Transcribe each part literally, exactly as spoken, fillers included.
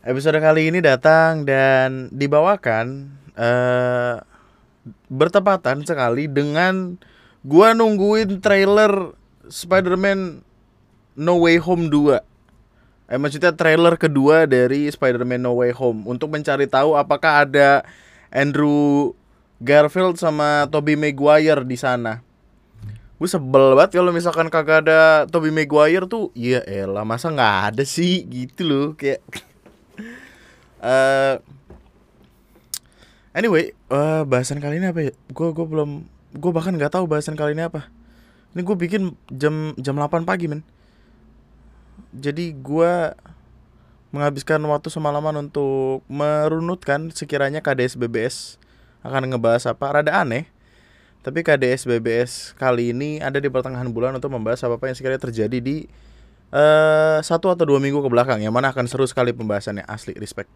Episode kali ini datang dan dibawakan eh bertepatan sekali dengan gua nungguin trailer Spider-Man No Way Home dua. Eh maksudnya trailer kedua dari Spider-Man No Way Home untuk mencari tahu apakah ada Andrew Garfield sama Tobey Maguire di sana. Gue sebel banget kalau misalkan kagak ada Tobey Maguire tuh. Iya elah, masa nggak ada sih gitu loh kayak. eh Anyway, eh, bahasan kali ini apa ya? Gue gue belum, gue bahkan nggak tahu bahasan kali ini apa. Ini gue bikin jam jam delapan pagi men. Jadi gue menghabiskan waktu semalaman untuk merunutkan sekiranya K D S B B S akan ngebahas apa. Rada aneh, tapi K D S B B S kali ini ada di pertengahan bulan untuk membahas apa-apa yang sekiranya terjadi di eh satu atau dua minggu ke belakang, yang mana akan seru sekali pembahasannya, asli respect.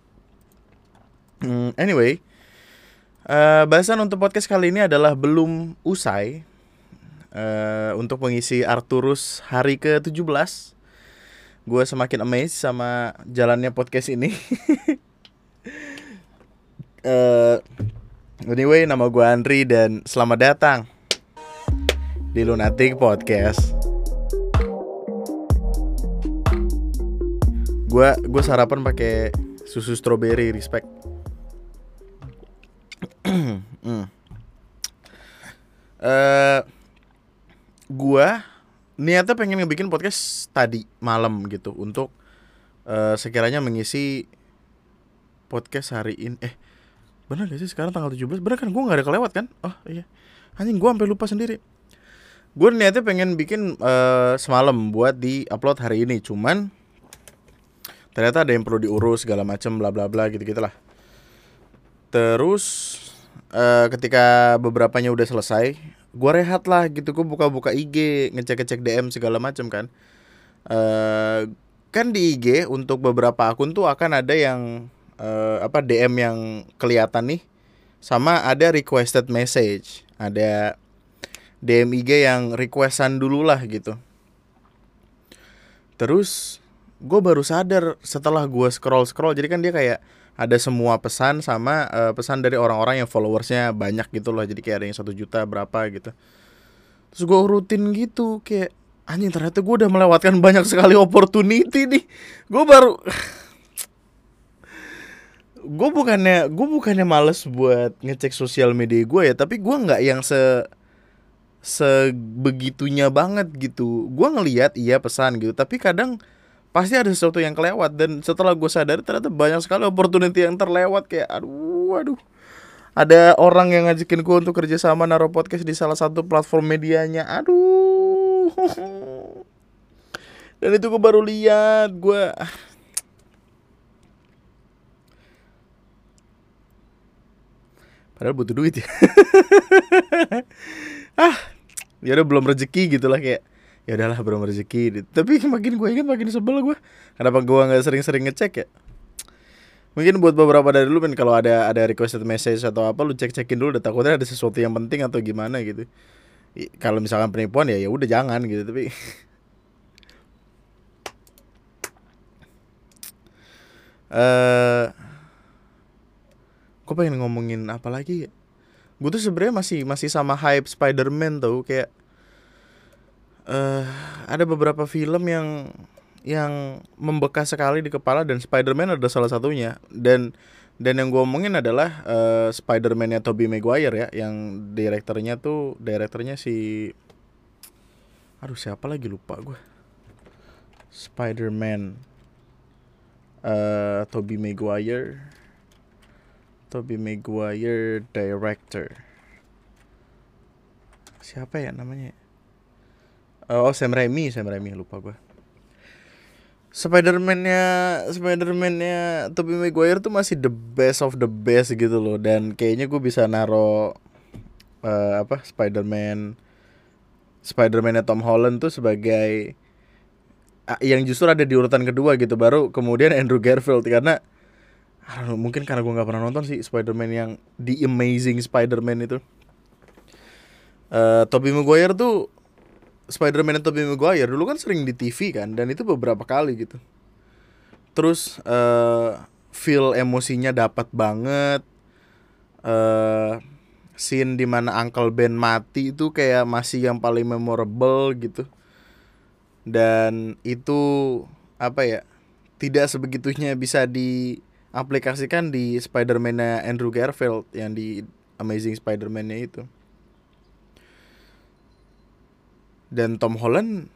Hmm, anyway, Uh, bahasan untuk podcast kali ini adalah belum usai uh, untuk mengisi Arturus hari ke tujuh belas. Gue semakin amazed sama jalannya podcast ini. uh, Anyway, nama gue Andri dan selamat datang di Lunatic Podcast. Gue gue sarapan pakai susu strawberry, respect. hmm. Uh, gua niatnya pengen ngebikin podcast tadi malam gitu untuk uh, sekiranya mengisi podcast hari ini. Eh, bener gak sih sekarang tanggal tujuh belas? Bener kan, gua nggak ada kelewat kan? Oh iya, anjing gua sampai lupa sendiri. Gue niatnya pengen bikin uh, semalam buat di upload hari ini, cuman ternyata ada yang perlu diurus segala macem bla bla bla gitu gitulah. Terus uh, ketika beberapanya udah selesai, gue rehat lah gitu. Gue buka-buka I G, ngecek-ngecek D M segala macam kan. Uh, kan di I G untuk beberapa akun tuh akan ada yang uh, apa D M yang kelihatan nih, sama ada requested message, ada D M I G yang requestan dulu lah gitu. Terus gue baru sadar setelah gue scroll-scroll, jadi kan dia kayak ada semua pesan sama uh, pesan dari orang-orang yang followersnya banyak gitu loh. Jadi kayak ada yang satu juta berapa gitu. Terus gue urutin gitu, kayak anjing ternyata gue udah melewatkan banyak sekali opportunity nih. Gue baru gue bukannya gue bukannya males buat ngecek sosial media gue ya, tapi gue nggak yang se sebegitunya banget gitu. Gue ngelihat iya pesan gitu, tapi kadang pasti ada sesuatu yang kelewat. Dan setelah gue sadar ternyata banyak sekali opportunity yang terlewat. Kayak aduh aduh ada orang yang ngajakin gue untuk kerja sama naruh podcast di salah satu platform medianya. Aduh. Dan itu gue baru lihat. Gue padahal butuh duit ya. ah ya udah belum rezeki gitulah, kayak ya udahlah belum rezeki. Tapi makin gue ingat makin sebel gue. Kenapa gue nggak sering-sering ngecek ya? Mungkin buat beberapa dari lu kan, kalau ada ada requested message atau apa, lu cek-cekin dulu. Udah takutnya ada sesuatu yang penting atau gimana gitu. Kalau misalkan penipuan ya ya udah jangan gitu. Tapi eh uh, gue pengen ngomongin apa lagi ya? Gue tuh sebenarnya masih masih sama hype Spider-Man tuh, kayak uh, ada beberapa film yang yang membekas sekali di kepala, dan Spider-Man ada salah satunya. Dan dan yang gue omongin adalah uh, Spider-Man-nya Tobey Maguire ya, yang direkturnya tuh direkturnya si aduh siapa lagi, lupa gue. Spider-Man uh, Tobey Maguire Tobey Maguire director siapa ya namanya? Oh, Sam Raimi, Sam Raimi lupa gue. Spider-Man-nya Spider-Man-nya Tobey Maguire tuh masih the best of the best gitu loh. Dan kayaknya gue bisa naro uh, apa Spider-Man Spider-Man-nya Tom Holland tuh sebagai uh, yang justru ada di urutan kedua gitu. Baru kemudian Andrew Garfield, karena know, mungkin karena gue nggak pernah nonton sih Spider-Man yang The Amazing Spider-Man itu. uh, Tobey Maguire tuh Spider-Man Tobey Maguire dulu kan sering di T V kan, dan itu beberapa kali gitu. terus uh, feel emosinya dapat banget. Uh, scene dimana Uncle Ben mati itu kayak masih yang paling memorable gitu. Dan itu apa ya, tidak sebegitunya bisa diaplikasikan di Spider-Man-nya Andrew Garfield yang di Amazing Spider-Man-nya itu. Dan Tom Holland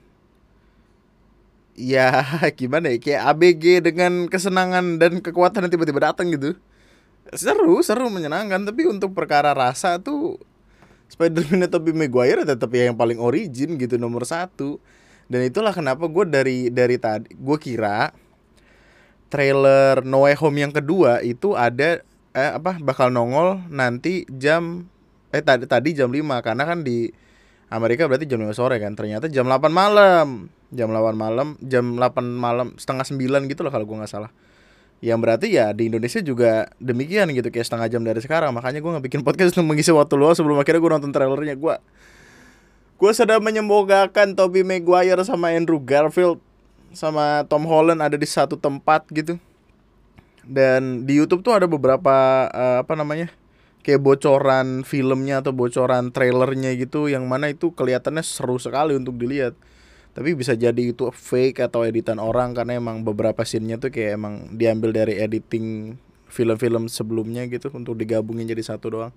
ya gimana ya, kayak A B G dengan kesenangan dan kekuatan yang tiba-tiba datang gitu. Seru, seru, menyenangkan. Tapi untuk perkara rasa tuh Spider-Man Tobey Maguire tetap yang paling origin gitu, nomor satu. Dan itulah kenapa gue dari dari tadi gue kira trailer No Way Home yang kedua itu ada eh apa bakal nongol nanti jam eh tadi tadi jam lima, karena kan di Amerika berarti jam lima sore kan. Ternyata jam delapan malam. Jam delapan malam, jam delapan malam setengah sembilan gitu loh kalau gue enggak salah. Yang berarti ya di Indonesia juga demikian gitu, kayak setengah jam dari sekarang. Makanya gue nggak bikin podcast untuk mengisi waktu luang sebelum akhirnya gue nonton trailernya. Gue gue sedang menyemogakan Tobey Maguire sama Andrew Garfield sama Tom Holland ada di satu tempat gitu. Dan di YouTube tuh ada beberapa uh, apa namanya, kayak bocoran filmnya atau bocoran trailernya gitu, yang mana itu kelihatannya seru sekali untuk dilihat. Tapi bisa jadi itu fake atau editan orang, karena emang beberapa scene-nya tuh kayak emang diambil dari editing film-film sebelumnya gitu untuk digabungin jadi satu doang.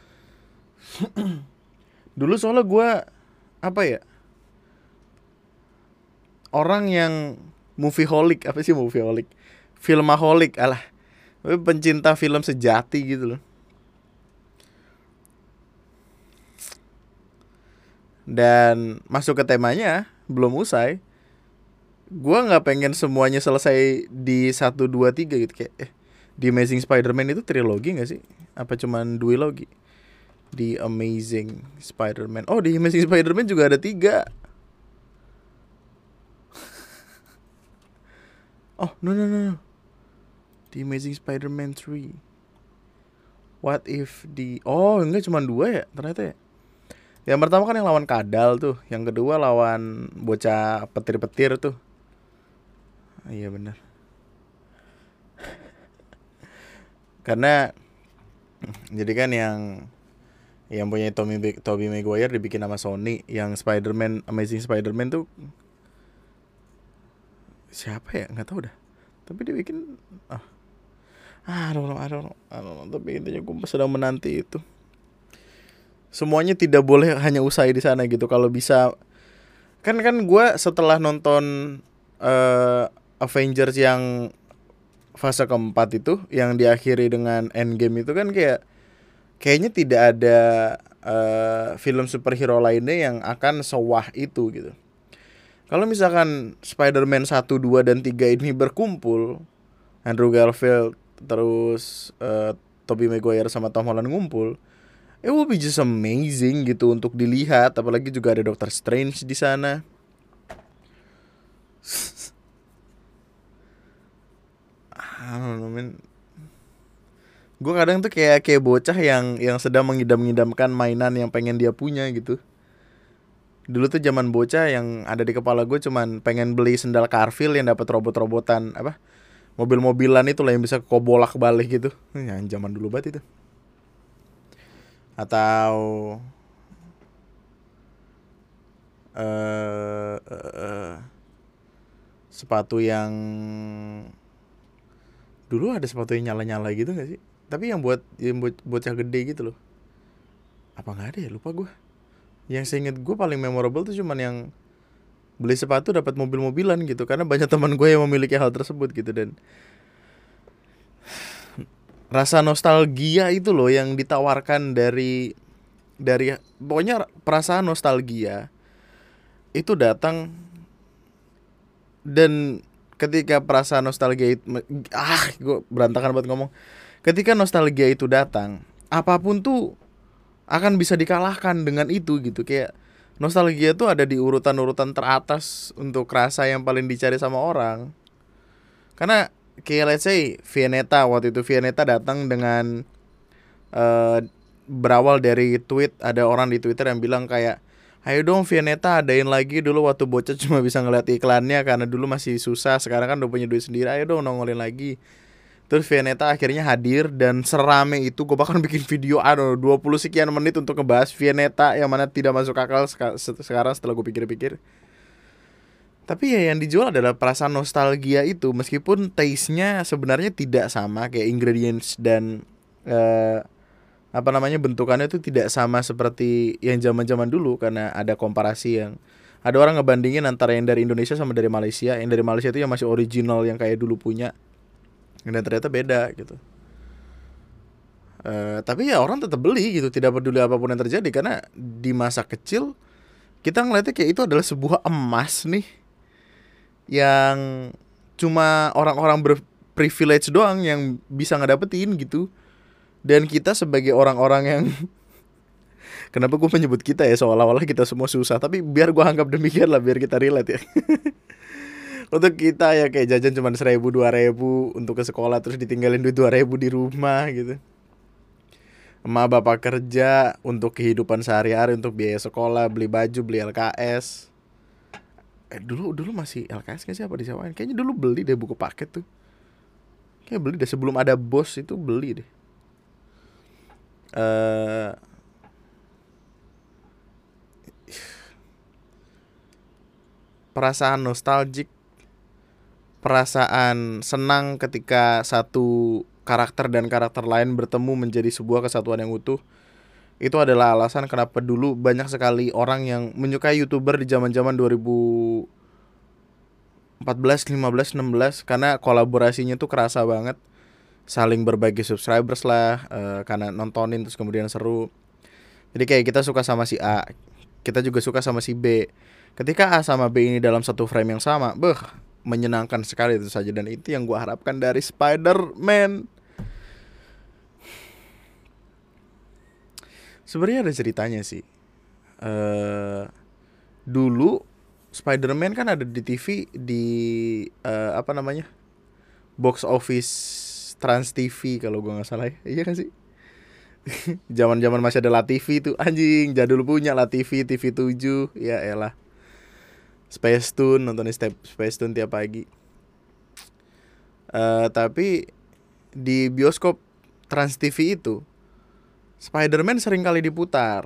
Dulu soalnya gue apa ya, orang yang movieaholic, apa sih movieaholic? Filmaholic, alah. Pencinta film sejati gitu loh. Dan masuk ke temanya, belum usai. Gua nggak pengen semuanya selesai di satu dua tiga gitu, kayak eh, di Amazing Spider-Man itu trilogi nggak sih? Apa cuman duologi? Di Amazing Spider-Man. Oh, di Amazing Spider-Man juga ada tiga. Oh, no no no no. The Amazing Spider-Man three. What if the oh enggak cuma dua ya ternyata ya. Yang pertama kan yang lawan kadal tuh, yang kedua lawan bocah petir-petir tuh. Iya benar. Karena jadi kan yang yang punya Tommy Tobey Maguire dibikin sama Sony, yang Spider-Man Amazing Spider-Man tuh siapa ya, nggak tahu dah. Tapi dia bikin ah ah I don't know, I don't know, I don't know. Tapi intinya gue sedang menanti itu. Semuanya tidak boleh hanya usai di sana gitu. Kalau bisa kan kan gue setelah nonton uh, Avengers yang fase keempat itu, yang diakhiri dengan Endgame itu kan kayak kayaknya tidak ada uh, film superhero lainnya yang akan sewah itu gitu. Kalau misalkan Spider-Man satu, dua, dan tiga ini berkumpul, Andrew Garfield terus uh, Tobey Maguire sama Tom Holland ngumpul, it will be just amazing gitu untuk dilihat. Apalagi juga ada Doctor Strange di sana. I don't know, man. Gue kadang tuh kayak kayak bocah yang yang sedang mengidam-ngidamkan mainan yang pengen dia punya gitu. Dulu tuh zaman bocah yang ada di kepala gue cuman pengen beli sendal Carville yang dapat robot-robotan apa, mobil-mobilan itu lah yang bisa kobolak-balik gitu. Yang zaman dulu banget itu. Atau uh, uh, uh, sepatu yang dulu ada sepatu yang nyala-nyala gitu nggak sih? Tapi yang buat yang buat bocah gede gitu loh. Apa nggak ada ya? Lupa gue. Yang saya inget gue paling memorable tuh cuman yang beli sepatu dapat mobil-mobilan gitu, karena banyak teman gue yang memiliki hal tersebut gitu. Dan rasa nostalgia itu loh yang ditawarkan dari dari pokoknya perasaan nostalgia itu datang. Dan ketika perasaan nostalgia itu ah gue berantakan buat ngomong. Ketika nostalgia itu datang, apapun tuh akan bisa dikalahkan dengan itu gitu. Kayak nostalgia tuh ada di urutan-urutan teratas untuk rasa yang paling dicari sama orang. Karena kayak let's say Vianeta, waktu itu Vianeta datang dengan uh, berawal dari tweet, ada orang di Twitter yang bilang kayak Ayo dong Vianeta adain lagi, dulu waktu bocah cuma bisa ngeliat iklannya karena dulu masih susah, sekarang kan udah punya duit sendiri, ayo dong nongolin lagi. Terus Vianeta akhirnya hadir dan serame itu gue bahkan bikin video aduh dua puluh sekian menit untuk ngebahas Vianeta yang mana tidak masuk akal seka- se- sekarang setelah gue pikir-pikir. Tapi ya yang dijual adalah perasaan nostalgia itu, meskipun taste-nya sebenarnya tidak sama, kayak ingredients dan eh, apa namanya bentukannya itu tidak sama seperti yang zaman-zaman dulu karena ada komparasi yang ada orang ngebandingin antara yang dari Indonesia sama dari Malaysia. Yang dari Malaysia itu yang masih original yang kayak dulu punya, dan ternyata beda gitu. Uh, tapi ya orang tetap beli gitu, tidak peduli apapun yang terjadi karena di masa kecil kita ngeliatnya kayak itu adalah sebuah emas nih yang cuma orang-orang berprivilege doang yang bisa ngedapetin gitu. Dan kita sebagai orang-orang yang kenapa gue menyebut kita ya seolah-olah kita semua susah, tapi biar gue anggap demikian lah, biar kita relate ya. Untuk kita ya kayak jajan cuma seribu dua ribu untuk ke sekolah, terus ditinggalin duit dua ribu di rumah gitu. Emak bapak kerja untuk kehidupan sehari-hari, untuk biaya sekolah, beli baju, beli L K S. Eh dulu dulu masih L K S nggak sih apa disewain? Kayaknya dulu beli deh buku paket tuh. Kayak beli deh sebelum ada bos itu beli deh. Uh, perasaan nostalgic, perasaan senang ketika satu karakter dan karakter lain bertemu menjadi sebuah kesatuan yang utuh. Itu adalah alasan kenapa dulu banyak sekali orang yang menyukai YouTuber di zaman-zaman dua ribu empat belas, lima belas, enam belas karena kolaborasinya tuh kerasa banget. Saling berbagi subscribers lah, uh, karena nontonin terus kemudian seru. Jadi kayak kita suka sama si A, kita juga suka sama si B. Ketika A sama B ini dalam satu frame yang sama, beh, menyenangkan sekali itu saja. Dan itu yang gue harapkan dari Spider-Man. Sebenarnya ada ceritanya sih. Uh, dulu Spider-Man kan ada di T V di uh, apa namanya, box office Trans T V kalau gue nggak salah ya. Iya kan sih? Zaman-zaman masih ada La T V tuh, anjing jadul punya La T V, T V tujuh, ya elah. Space Tune, nonton Space Tune tiap pagi. Uh, tapi di bioskop Trans T V itu Spider-Man sering kali diputar.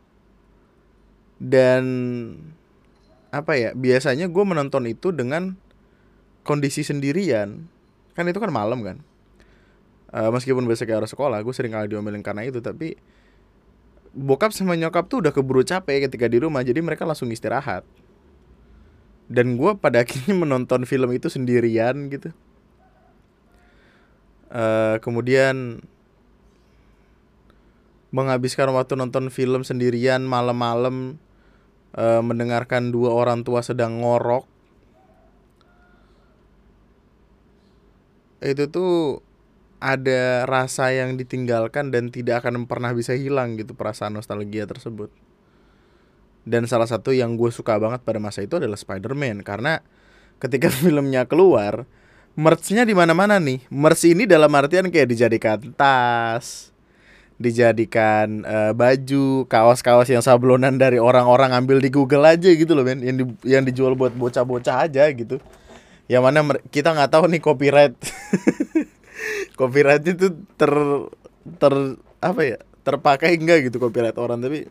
Dan apa ya, biasanya gue menonton itu dengan kondisi sendirian. Kan itu kan malam kan. Uh, meskipun besoknya harus sekolah, gue sering kali diomelin karena itu. Tapi bokap sama nyokap tuh udah keburu capek ketika di rumah, jadi mereka langsung istirahat. Dan gue pada akhirnya menonton film itu sendirian gitu. uh, Kemudian menghabiskan waktu nonton film sendirian malam-malam, uh, mendengarkan dua orang tua sedang ngorok. Itu tuh ada rasa yang ditinggalkan dan tidak akan pernah bisa hilang gitu, perasaan nostalgia tersebut. Dan salah satu yang gue suka banget pada masa itu adalah Spider-Man, karena ketika filmnya keluar, merch-nya di mana-mana nih. Merch ini dalam artian kayak dijadikan tas, dijadikan uh, baju, kaos-kaos yang sablonan dari orang-orang ambil di Google aja gitu loh men, yang di, yang dijual buat bocah-bocah aja gitu. Yang mana mer- kita nggak tahu nih copyright. Copyright itu ter ter apa ya, terpakai enggak gitu copyright orang. Tapi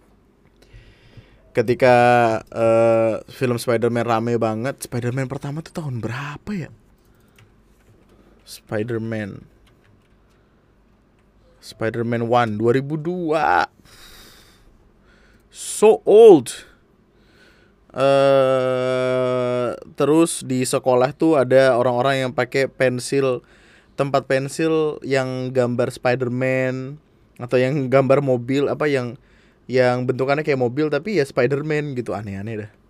ketika uh, film Spider-Man rame banget, Spider-Man pertama tuh tahun berapa ya? Spider-Man Spider-Man one dua ribu dua. So old. Uh, terus di sekolah tuh ada orang-orang yang pakai pensil, tempat pensil yang gambar Spider-Man atau yang gambar mobil, apa yang yang bentukannya kayak mobil tapi ya Spider-Man gitu, aneh-aneh dah.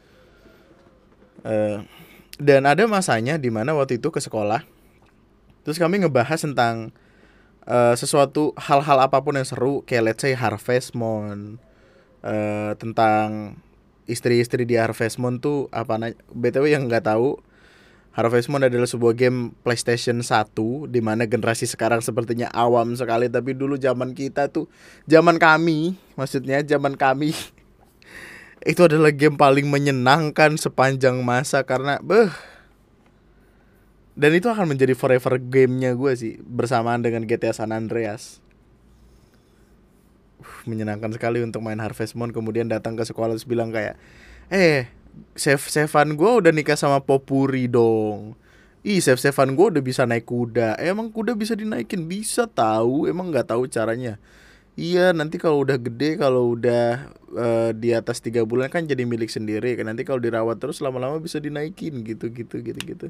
Uh, dan ada masanya di mana waktu itu ke sekolah, terus kami ngebahas tentang uh, sesuatu hal-hal apapun yang seru, kayak let's say Harvest Moon, uh, tentang istri-istri di Harvest Moon tuh apa na- B T W yang nggak tahu, Harvest Moon adalah sebuah game PlayStation satu di mana generasi sekarang sepertinya awam sekali, tapi dulu zaman kita tuh, zaman kami, maksudnya zaman kami Itu adalah game paling menyenangkan sepanjang masa karena beh. Dan itu akan menjadi forever game-nya gue sih bersamaan dengan G T A San Andreas. Uh, menyenangkan sekali untuk main Harvest Moon kemudian datang ke sekolah terus bilang kayak, "Eh, Chef Sevan gue udah nikah sama Popuri dong." Ih, Chef Sevan gue udah bisa naik kuda. Eh, emang kuda bisa dinaikin? Bisa tahu, emang nggak tahu caranya. Iya, nanti kalau udah gede, kalau udah uh, di atas tiga bulan kan jadi milik sendiri. Nanti kalau dirawat terus lama-lama bisa dinaikin gitu-gitu gitu-gitu.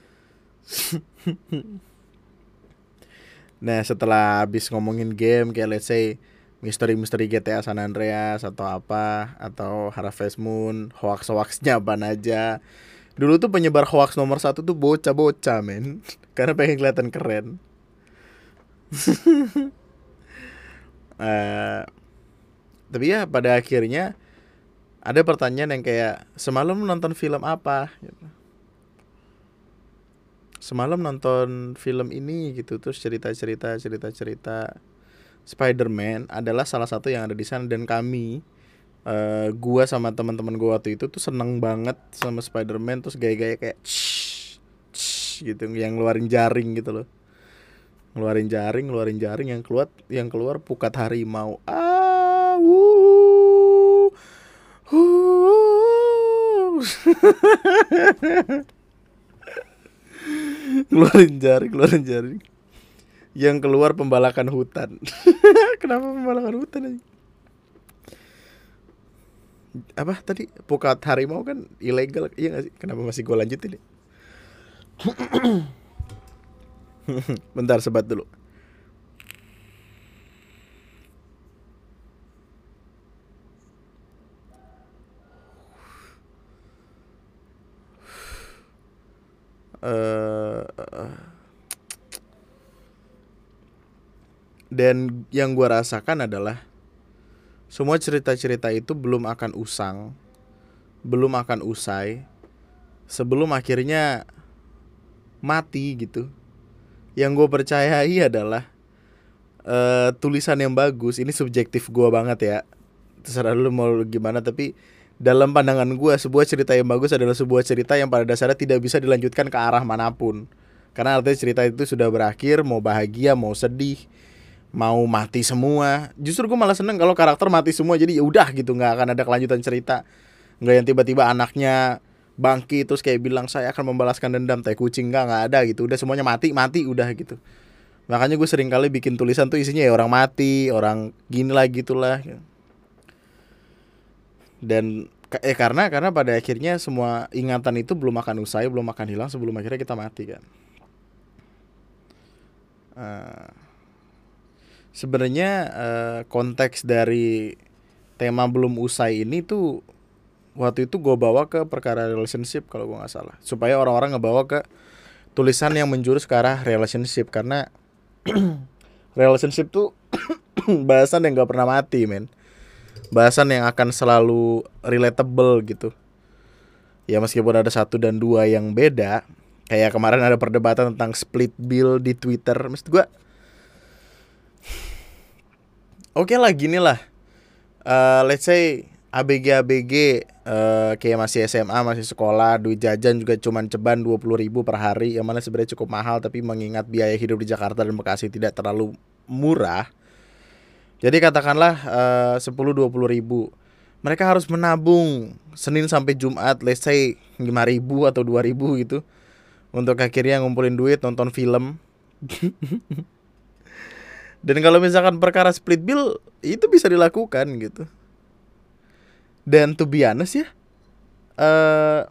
Nah, setelah habis ngomongin game kayak let's say misteri-misteri G T A San Andreas atau apa atau Harvest Moon, hoax-hoaxnya apa aja. Dulu tuh penyebar hoax nomor satu tuh bocah-bocah men. Karena pengen kelihatan keren. uh, Tapi ya pada akhirnya ada pertanyaan yang kayak semalam nonton film apa gitu. Semalam nonton film ini gitu, terus cerita-cerita cerita-cerita Spider-Man adalah salah satu yang ada di sana. Dan kami uh, gua sama teman-teman gua waktu itu tuh seneng banget sama Spider-Man, terus gaya-gaya kayak shh, shh, gitu yang ngeluarin jaring gitu loh. Ngeluarin jaring, ngeluarin jaring yang keluar yang keluar pukat harimau. Ah, wuh, wuh. Keluarin jaring, keluarin jaring. Yang keluar pembalakan hutan. Kenapa pembalakan hutan aja? Apa tadi? Pukat harimau kan ilegal. Iya gak sih? Kenapa masih gue lanjutin ya? Bentar, sebat dulu. Uh, dan yang gue rasakan adalah semua cerita-cerita itu belum akan usang, belum akan usai sebelum akhirnya mati gitu. Yang gue percayai adalah uh, tulisan yang bagus. Ini subjektif gue banget ya, terserah lu mau gimana, tapi dalam pandangan gue sebuah cerita yang bagus adalah sebuah cerita yang pada dasarnya tidak bisa dilanjutkan ke arah manapun. Karena artinya cerita itu sudah berakhir, mau bahagia, mau sedih, mau mati semua. Justru gue malah seneng kalau karakter mati semua, jadi ya udah gitu, nggak akan ada kelanjutan cerita. Nggak yang tiba-tiba anaknya bangkit terus kayak bilang saya akan membalaskan dendam, tai kucing, nggak nggak ada gitu. Udah semuanya mati mati udah gitu. Makanya gue sering kali bikin tulisan tuh isinya ya orang mati, orang gini lah gitulah. Dan eh karena karena pada akhirnya semua ingatan itu belum akan usai, belum akan hilang sebelum akhirnya kita mati kan. Uh, Sebenarnya uh, konteks dari tema belum usai ini tuh waktu itu gue bawa ke perkara relationship kalau gue nggak salah, supaya orang-orang ngebawa ke tulisan yang menjurus ke arah relationship. Karena relationship tuh bahasan yang nggak pernah mati men, bahasan yang akan selalu relatable gitu. Ya meskipun ada satu dan dua yang beda. Kayak kemarin ada perdebatan tentang split bill di Twitter. Maksud gue oke okay lah gini lah, uh, let's say A B G A B G uh, kayak masih S M A, masih sekolah, duit jajan juga cuman ceban dua puluh ribu per hari, yang mana sebenarnya cukup mahal, tapi mengingat biaya hidup di Jakarta dan Bekasi tidak terlalu murah. Jadi katakanlah uh, sepuluh dua puluh ribu. Mereka harus menabung Senin sampai Jumat, let's say lima ribu atau dua ribu gitu, untuk akhirnya ngumpulin duit nonton film. Dan kalau misalkan perkara split bill itu bisa dilakukan gitu. Dan to be honest ya, uh,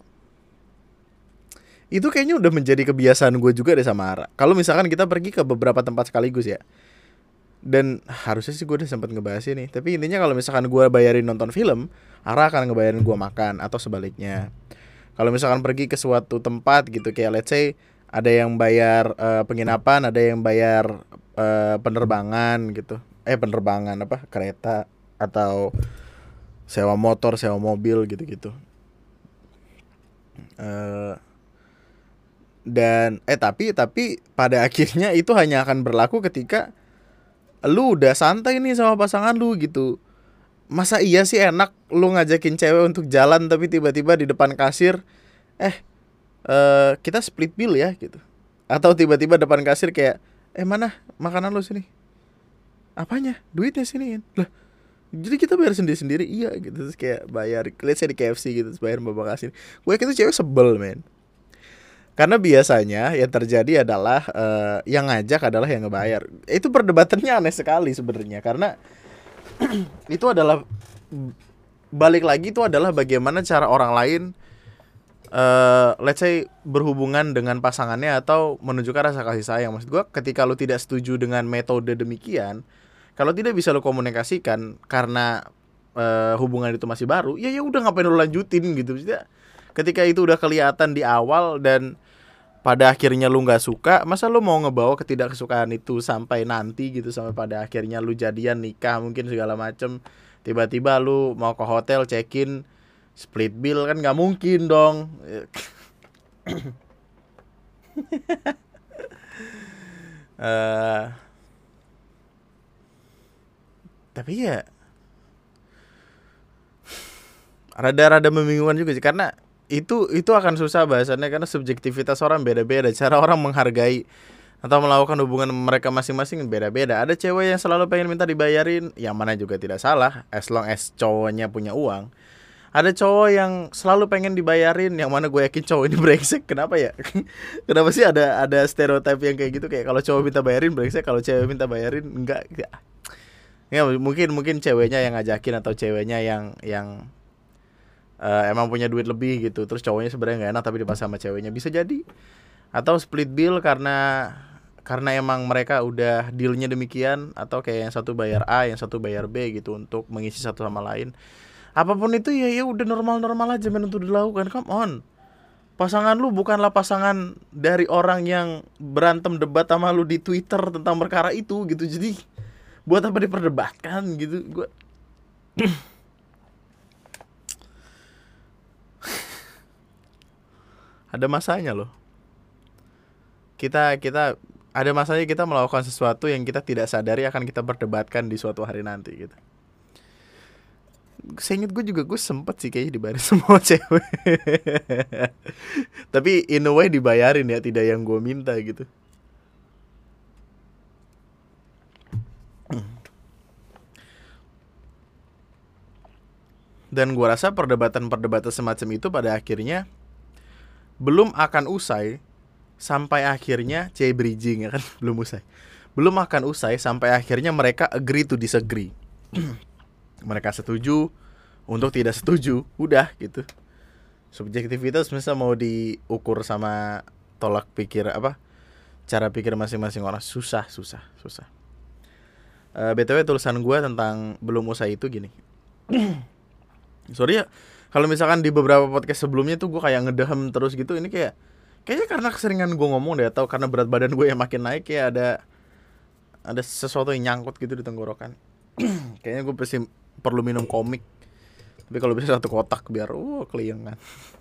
itu kayaknya udah menjadi kebiasaan gue juga deh sama Ara. Kalau misalkan kita pergi ke beberapa tempat sekaligus ya, dan harusnya sih gue udah sempat ngebahas ini, tapi intinya kalau misalkan gue bayarin nonton film, Ara akan ngebayarin gue makan, atau sebaliknya. Kalau misalkan pergi ke suatu tempat gitu, kayak let's say ada yang bayar uh, penginapan, ada yang bayar uh, penerbangan gitu. Eh penerbangan apa? Kereta atau sewa motor, sewa mobil gitu-gitu. Uh, dan eh tapi tapi pada akhirnya itu hanya akan berlaku ketika lu udah santai nih sama pasangan lu gitu. Masa iya sih enak lu ngajakin cewek untuk jalan tapi tiba-tiba di depan kasir eh eh, kita split bill ya gitu. Atau tiba-tiba depan kasir kayak eh mana makanan lu sini. Apanya? Duitnya sini. Lah, jadi kita bayar sendiri-sendiri. Iya gitu. Terus kayak bayar let's say di K F C gitu, terus bayar bapak kasir. Gue yakin tuh cewek sebel, men. Karena biasanya yang terjadi adalah uh, yang ngajak adalah yang ngebayar. Itu perdebatannya aneh sekali sebenarnya karena itu adalah balik lagi itu adalah bagaimana cara orang lain uh, let's say berhubungan dengan pasangannya atau menunjukkan rasa kasih sayang. Maksud gue ketika lu tidak setuju dengan metode demikian, kalau tidak bisa lu komunikasikan karena uh, hubungan itu masih baru, ya ya udah ngapain lu lanjutin gitu. Maksudnya ketika itu udah kelihatan di awal dan pada akhirnya lu nggak suka, masa lu mau ngebawa ketidaksukaan itu sampai nanti gitu, sampai pada akhirnya lu jadian nikah mungkin segala macem, tiba-tiba lu mau ke hotel check in split bill kan nggak mungkin dong. uh, tapi ya rada-rada membingungkan juga sih karena itu itu akan susah bahasannya karena subjektivitas orang beda-beda, cara orang menghargai atau melakukan hubungan mereka masing-masing beda-beda. Ada cewek yang selalu pengen minta dibayarin, yang mana juga tidak salah as long as cowoknya punya uang. Ada cowok yang selalu pengen dibayarin, yang mana gue yakin cowok ini brengsek. Kenapa ya? Kenapa sih ada ada stereotip yang kayak gitu, kayak kalau cowok minta bayarin brengsek, kalau cewek minta bayarin enggak, enggak. Ya mungkin mungkin ceweknya yang ngajakin atau ceweknya yang yang Uh, emang punya duit lebih gitu, terus cowoknya sebenarnya nggak enak tapi dipaksa sama ceweknya, bisa jadi. Atau split bill karena karena emang mereka udah dealnya demikian, atau kayak yang satu bayar A, yang satu bayar B gitu untuk mengisi satu sama lain. Apapun itu ya ya udah normal-normal aja men untuk dilakukan. Come on, pasangan lu bukanlah pasangan dari orang yang berantem debat sama lu di Twitter tentang perkara itu gitu. Jadi buat apa diperdebatkan gitu. Gue ada masanya loh. Kita kita ada masanya kita melakukan sesuatu yang kita tidak sadari akan kita perdebatkan di suatu hari nanti gitu. Seinget gue juga gue sempet sih kayaknya dibayarin semua cewek. Tapi in a way dibayarin ya, tidak yang gue minta gitu. Dan gue rasa perdebatan-perdebatan semacam itu pada akhirnya belum akan usai sampai akhirnya C bridging ya kan, belum usai. Belum akan usai sampai akhirnya mereka agree to disagree. Mereka setuju untuk tidak setuju, udah gitu. Subjektivitas misalnya mau diukur sama tolak pikir apa? Cara pikir masing-masing orang susah, susah, susah. Uh, B T W tulisan gue tentang belum usai itu gini. Sorry ya, kalau misalkan di beberapa podcast sebelumnya tuh gue kayak ngedehem terus gitu, ini kayak kayaknya karena keseringan gue ngomong deh, atau karena berat badan gue yang makin naik, kayak ada ada sesuatu yang nyangkut gitu di tenggorokan. Kayaknya gue pasti perlu minum komik. Tapi kalau bisa satu kotak biar uh keliengan.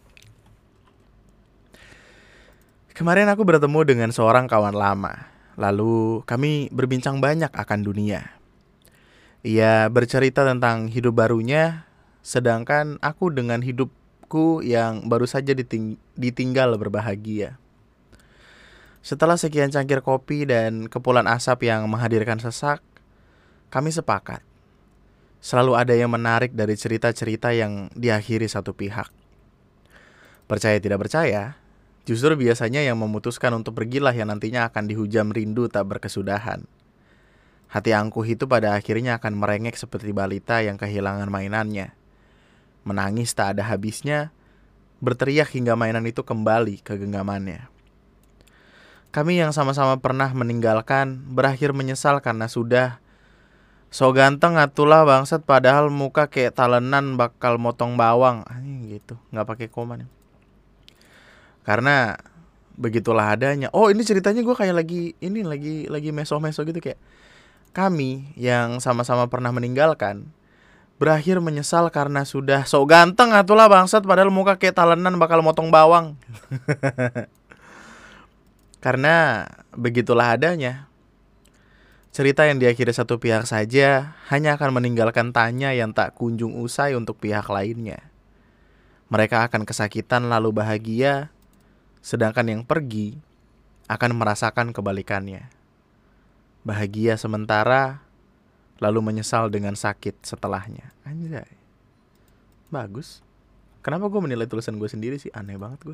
Kemarin aku bertemu dengan seorang kawan lama. Lalu kami berbincang banyak akan dunia. Ia bercerita tentang hidup barunya, sedangkan aku dengan hidupku yang baru saja diting- ditinggal berbahagia. Setelah sekian cangkir kopi dan kepulan asap yang menghadirkan sesak, kami sepakat. Selalu ada yang menarik dari cerita-cerita yang diakhiri satu pihak. Percaya tidak percaya, justru biasanya yang memutuskan untuk pergilah yang nantinya akan dihujam rindu tak berkesudahan. Hati angkuh itu pada akhirnya akan merengek seperti balita yang kehilangan mainannya. Menangis tak ada habisnya, berteriak hingga mainan itu kembali ke genggamannya. Kami yang sama-sama pernah meninggalkan berakhir menyesal karena sudah so ganteng atulah bangsat, padahal muka kayak talenan bakal motong bawang. Anjing gitu, nggak pakai koma nih. Karena begitulah adanya. Oh ini ceritanya gue kayak lagi ini lagi lagi meso-meso gitu, kayak kami yang sama-sama pernah meninggalkan berakhir menyesal karena sudah so ganteng atulah bangsat, padahal muka kayak talenan bakal motong bawang. Karena begitulah adanya. Cerita yang diakhiri satu pihak saja hanya akan meninggalkan tanya yang tak kunjung usai untuk pihak lainnya. Mereka akan kesakitan lalu bahagia, sedangkan yang pergi akan merasakan kebalikannya. Bahagia sementara, lalu menyesal dengan sakit setelahnya. Anjay, bagus. Kenapa gue menilai tulisan gue sendiri sih? Aneh banget gue.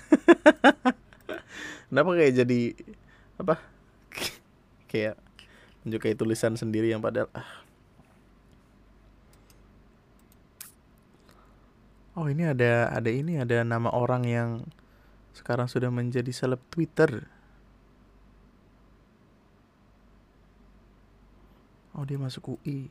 Kenapa kayak jadi apa? Kayak menyukai tulisan sendiri yang padahal ah. Oh, ini ada ada ini ada nama orang yang sekarang sudah menjadi seleb Twitter. Oh, dia masuk U I.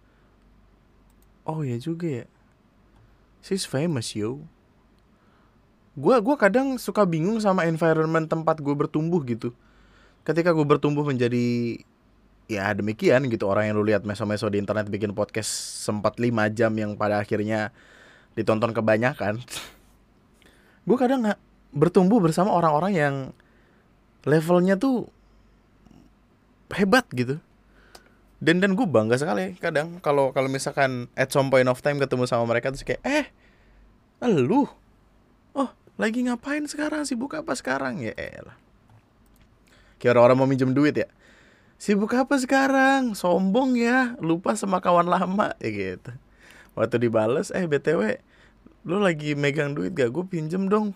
Oh ya juga ya. She's famous yo. Gua gua kadang suka bingung sama environment tempat gue bertumbuh gitu. Ketika gue bertumbuh menjadi ya demikian gitu, orang yang lu lihat meso-meso di internet bikin podcast sempat lima jam yang pada akhirnya ditonton kebanyakan. Gue kadang nggak bertumbuh bersama orang-orang yang levelnya tuh hebat gitu. Dan dan gue bangga sekali kadang kalau kalau misalkan at some point of time ketemu sama mereka terus kayak eh lu oh lagi ngapain sekarang, sibuk apa sekarang, ya elah. Kayak orang-orang mau minjem duit ya, sibuk apa sekarang, sombong ya, lupa sama kawan lama ya gitu. Waktu dibales, eh B T W lu lagi megang duit gak, gue pinjem dong.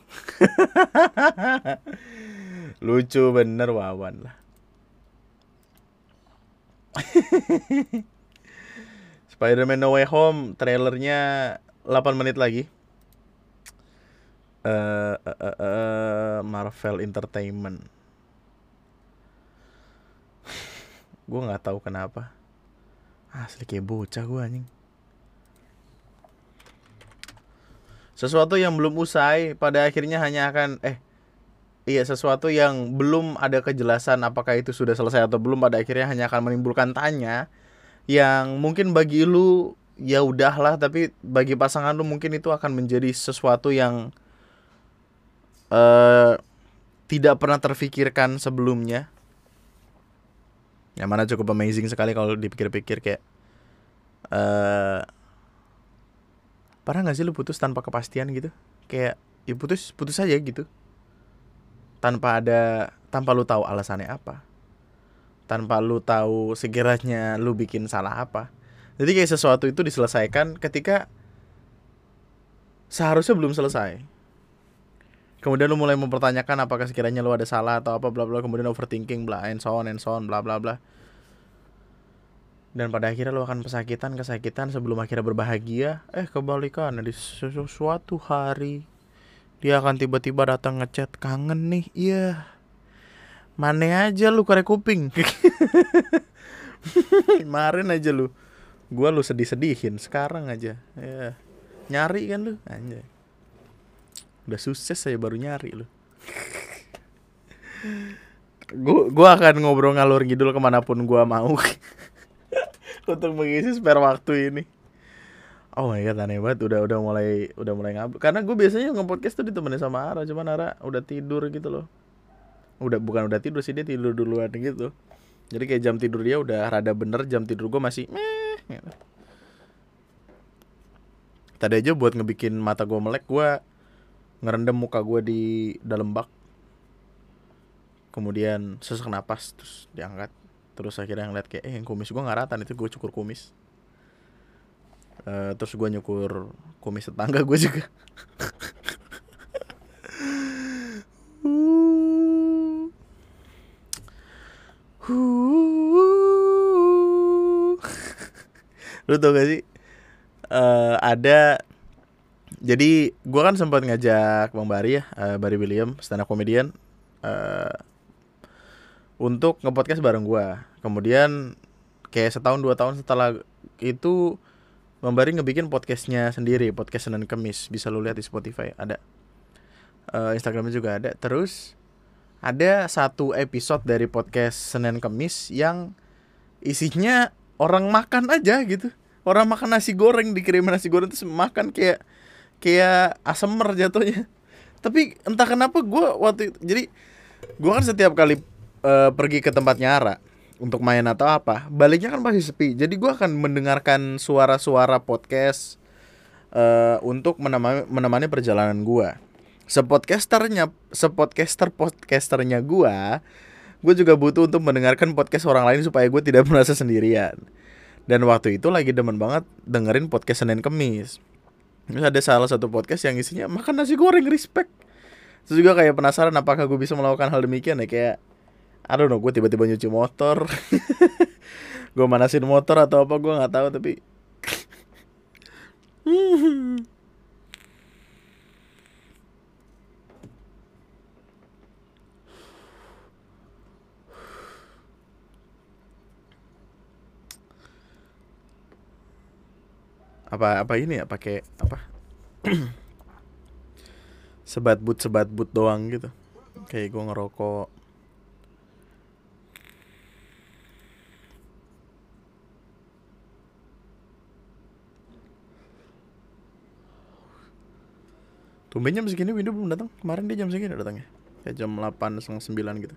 Lucu bener Wawan lah. Spider-Man No Way Home trailernya delapan menit lagi. uh, uh, uh, uh, Marvel Entertainment. Gue nggak tahu kenapa, asli kayak bocah gue anjing. Sesuatu yang belum usai pada akhirnya hanya akan eh iya sesuatu yang belum ada kejelasan apakah itu sudah selesai atau belum, pada akhirnya hanya akan menimbulkan tanya yang mungkin bagi lu ya udahlah, tapi bagi pasangan lu mungkin itu akan menjadi sesuatu yang uh, tidak pernah terfikirkan sebelumnya. Yang mana cukup amazing sekali kalau dipikir-pikir kayak uh, pernah gak sih lu putus tanpa kepastian gitu? Kayak ya putus, putus aja gitu, tanpa ada, tanpa lu tahu alasannya apa, tanpa lu tahu sekiranya lu bikin salah apa. Jadi kayak sesuatu itu diselesaikan ketika seharusnya belum selesai. Kemudian lu mulai mempertanyakan apakah sekiranya lu ada salah atau apa bla bla, kemudian overthinking bla and so on and so on bla bla bla. Dan pada akhirnya lu akan pesakitan kesakitan sebelum akhirnya berbahagia. Eh kebalikan, di suatu hari dia akan tiba-tiba datang ngechat, kangen nih. Iya. Mane aja lu korek kuping. Kemarin aja lu, gua lu sedih-sedihin, sekarang aja ya nyari kan lu anjay. Udah sukses saya baru nyari lu. Gua gua akan ngobrol ngalur ngidul kemanapun gua mau. Untuk mengisi spare waktu ini. Oh my god, aneh banget. Udah udah mulai udah mulai ngabur. Karena gue biasanya nge-podcast tuh ditemenin sama Ara, cuman Ara udah tidur gitu loh. Udah bukan udah tidur sih, dia tidur duluan gitu. Jadi kayak jam tidur dia udah rada bener, jam tidur gue masih meh gitu. Tadi aja buat ngebikin mata gue melek, gue ngerendam muka gue di dalam bak. Kemudian sesak napas terus diangkat. Terus akhirnya ngeliat kayak eh yang kumis gue gak rata, itu gue cukur kumis. uh, Terus gue nyukur kumis tetangga gue juga. Lu tau gak sih uh, ada, jadi gue kan sempat ngajak Bang Bari ya, uh, Bari William, stand up comedian, uh, untuk nge-podcast bareng gue. Kemudian kayak setahun dua tahun setelah itu Bang Bari ngebikin podcastnya sendiri, podcast Senin Kemis. Bisa lu lihat di Spotify ada, uh, Instagramnya juga ada. Terus ada satu episode dari podcast Senin Kemis yang isinya orang makan aja gitu. Orang makan nasi goreng, dikirim nasi goreng terus makan kayak kayak asemer jatuhnya. Tapi entah kenapa gue waktu itu, jadi gue kan setiap kali Uh, pergi ke tempatnya Ara, untuk main atau apa, baliknya kan pasti sepi. Jadi gue akan mendengarkan suara-suara podcast uh, untuk menemani, menemani perjalanan gue. Sepodcasternya, sepodcaster podcasternya gue, gue juga butuh untuk mendengarkan podcast orang lain supaya gue tidak merasa sendirian. Dan waktu itu lagi demen banget dengerin podcast Senin Kemis. Terus ada salah satu podcast yang isinya makan nasi goreng, respect. Terus juga kayak penasaran apakah gue bisa melakukan hal demikian ya, kayak I don't know, gue tiba-tiba nyuci motor, gue manasin motor atau apa gue nggak tahu, tapi apa apa ini ya, pakai apa sebat but sebat but doang gitu, kayak gue ngerokok. Tumben jam segini Windu belum datang. Kemarin dia jam segini datangnya, kayak jam delapan setengah sembilan gitu.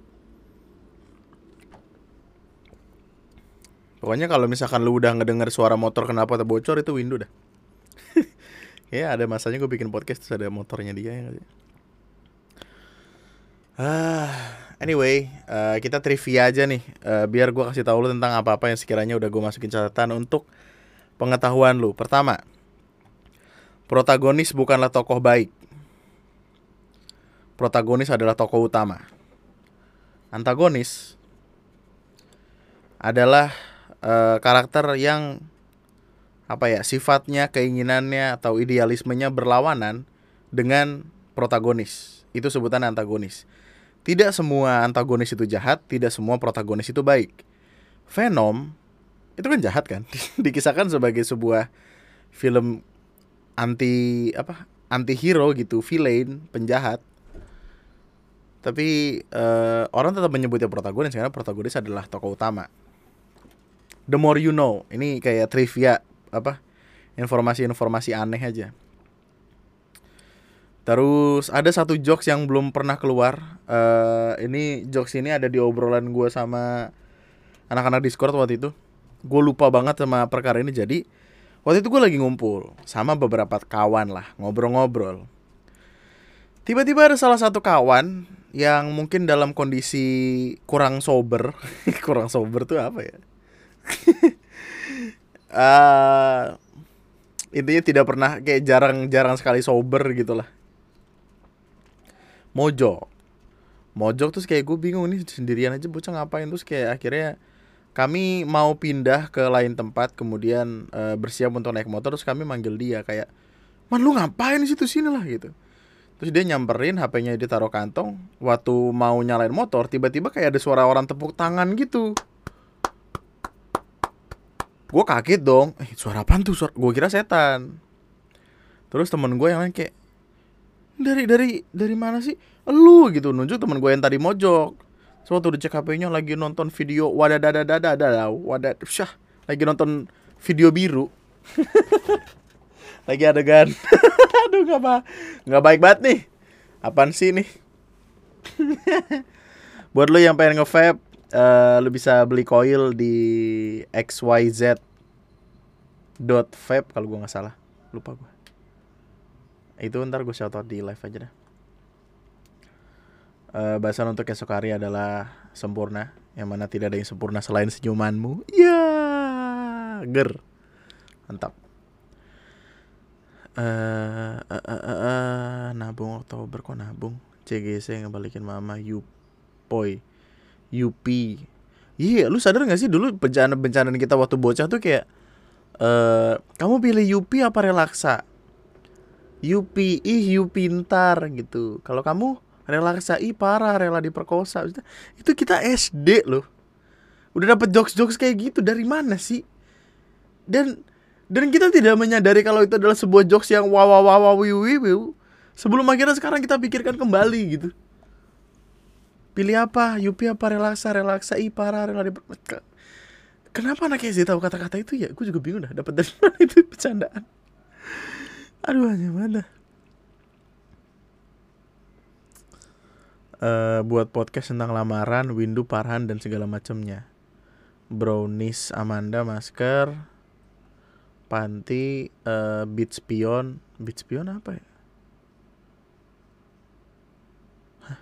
Pokoknya kalau misalkan lu udah ngedenger suara motor kenapa terbocor, itu Windu dah. Ya ada masanya gue bikin podcast terus ada motornya dia ya. Ah, anyway, uh, kita trivia aja nih, uh, biar gue kasih tahu lu tentang apa-apa yang sekiranya udah gue masukin catatan untuk pengetahuan lu. Pertama, protagonis bukanlah tokoh baik. Protagonis adalah tokoh utama. Antagonis adalah uh, karakter yang apa ya, sifatnya, keinginannya atau idealismenya berlawanan dengan protagonis. Itu sebutan antagonis. Tidak semua antagonis itu jahat, tidak semua protagonis itu baik. Venom itu kan jahat kan? Dikisahkan sebagai sebuah film anti apa? Anti-hero gitu, villain, penjahat. Tapi uh, orang tetap menyebutnya protagonis karena protagonis adalah tokoh utama. The more you know. Ini kayak trivia apa? Informasi-informasi aneh aja. Terus ada satu jokes yang belum pernah keluar. Uh, ini jokes ini ada di obrolan gue sama anak-anak Discord waktu itu. Gue lupa banget sama perkara ini. Jadi waktu itu gue lagi ngumpul sama beberapa kawan lah, ngobrol-ngobrol. Tiba-tiba ada salah satu kawan yang mungkin dalam kondisi kurang sober. Kurang sober tuh apa ya? uh, intinya tidak pernah, kayak jarang-jarang sekali sober gitulah. Mojok Mojok terus kayak gue bingung nih, sendirian aja bocah ngapain. Terus kayak akhirnya kami mau pindah ke lain tempat. Kemudian uh, bersiap untuk naik motor. Terus kami manggil dia kayak, "Man, lu ngapain di situ, sini lah," gitu. Terus dia nyamperin, H P-nya ditaruh kantong. Waktu mau nyalain motor, tiba-tiba kayak ada suara orang tepuk tangan gitu. Gue kaget dong. Eh, suara apaan tuh? Gue kira setan. Terus temen gue yang lain kayak, Dari dari dari mana sih? Lu gitu, nunjuk temen gue yang tadi mojok. Suatu so, dicek H P-nya lagi nonton video wadadadadadadadaw, wadat syah, lagi nonton video biru. Lagi adegan. Aduh, enggak apa. Enggak baik banget nih. Apaan sih nih? Buat lu yang pengen nge-vape, uh, lu bisa beli coil di x y z dot vape kalau gue enggak salah. Lupa gue. Itu ntar gue shout out di live aja dah. Uh, bahasan untuk esok hari adalah sempurna, yang mana tidak ada yang sempurna selain senyumanmu. Ya, ger, mantap. Uh, uh, uh, uh, uh, nabung Oktober kok nabung. C G C ngebalikin mama. Yupoy, Yupi. Iya, lu sadar gak sih dulu bencana-bencana kita waktu bocah tuh kayak, uh, kamu pilih Yupi apa relaksa? Yupi, ih you pintar gitu. Kalau kamu relaksa, ih parah, rela diperkosa. Itu kita S D loh. Udah dapet jokes-jokes kayak gitu, dari mana sih? Dan dan kita tidak menyadari kalau itu adalah sebuah jokes yang wow wow wow wow wiu wiu. Sebelum akhirnya sekarang kita pikirkan kembali gitu. Pilih apa? Yupi apa relaksa? Relaksa, ih parah, rela diperkosa. Kenapa anak S D tahu kata-kata itu ya? Gue juga bingung dah, dapat dari mana itu bercandaan. Aduh, hanya mana. uh, buat podcast tentang lamaran, Windu, Farhan dan segala macamnya. Brownies, Amanda, masker, Panti, uh, Beat Spion. Beat Spion apa ya? Hah?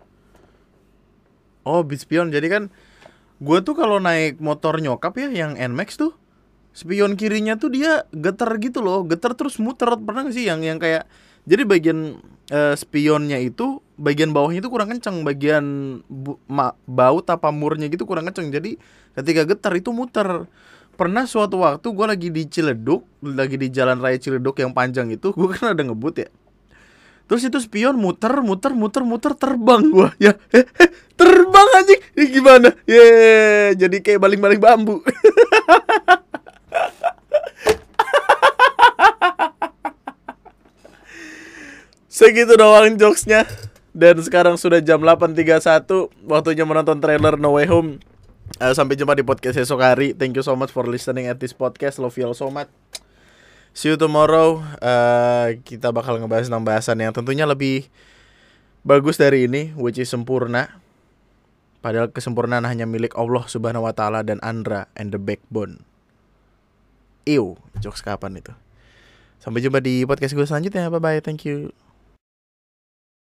Oh, Beat Spion. Jadi kan gue tuh kalau naik motor nyokap ya yang N-Max tuh, spion kirinya tuh dia getar gitu loh, getar terus muter. Pernah gak sih yang yang kayak, jadi bagian uh, spionnya itu bagian bawahnya itu kurang kenceng, bagian bu, ma, baut apa murnya gitu kurang kenceng. Jadi ketika getar itu muter. Pernah suatu waktu gue lagi di Ciledug, lagi di jalan raya Ciledug yang panjang itu, gue kan ada ngebut ya. Terus itu spion muter, muter, muter, muter, terbang gue ya, eh, eh, terbang anjing, ini gimana? Ye, jadi kayak baling-baling bambu. Segitu doang jokesnya. Dan sekarang sudah jam delapan tiga puluh satu, waktunya menonton trailer No Way Home. uh, Sampai jumpa di podcast esok hari. Thank you so much for listening at this podcast. Love you all so much. See you tomorrow. uh, Kita bakal ngebahas tentang bahasan yang tentunya lebih bagus dari ini, which is sempurna. Padahal kesempurnaan hanya milik Allah subhanahu wa ta'ala dan Andra and the Backbone. Ew, jokes kapan itu? Sampai jumpa di podcast gue selanjutnya. Bye bye, thank you.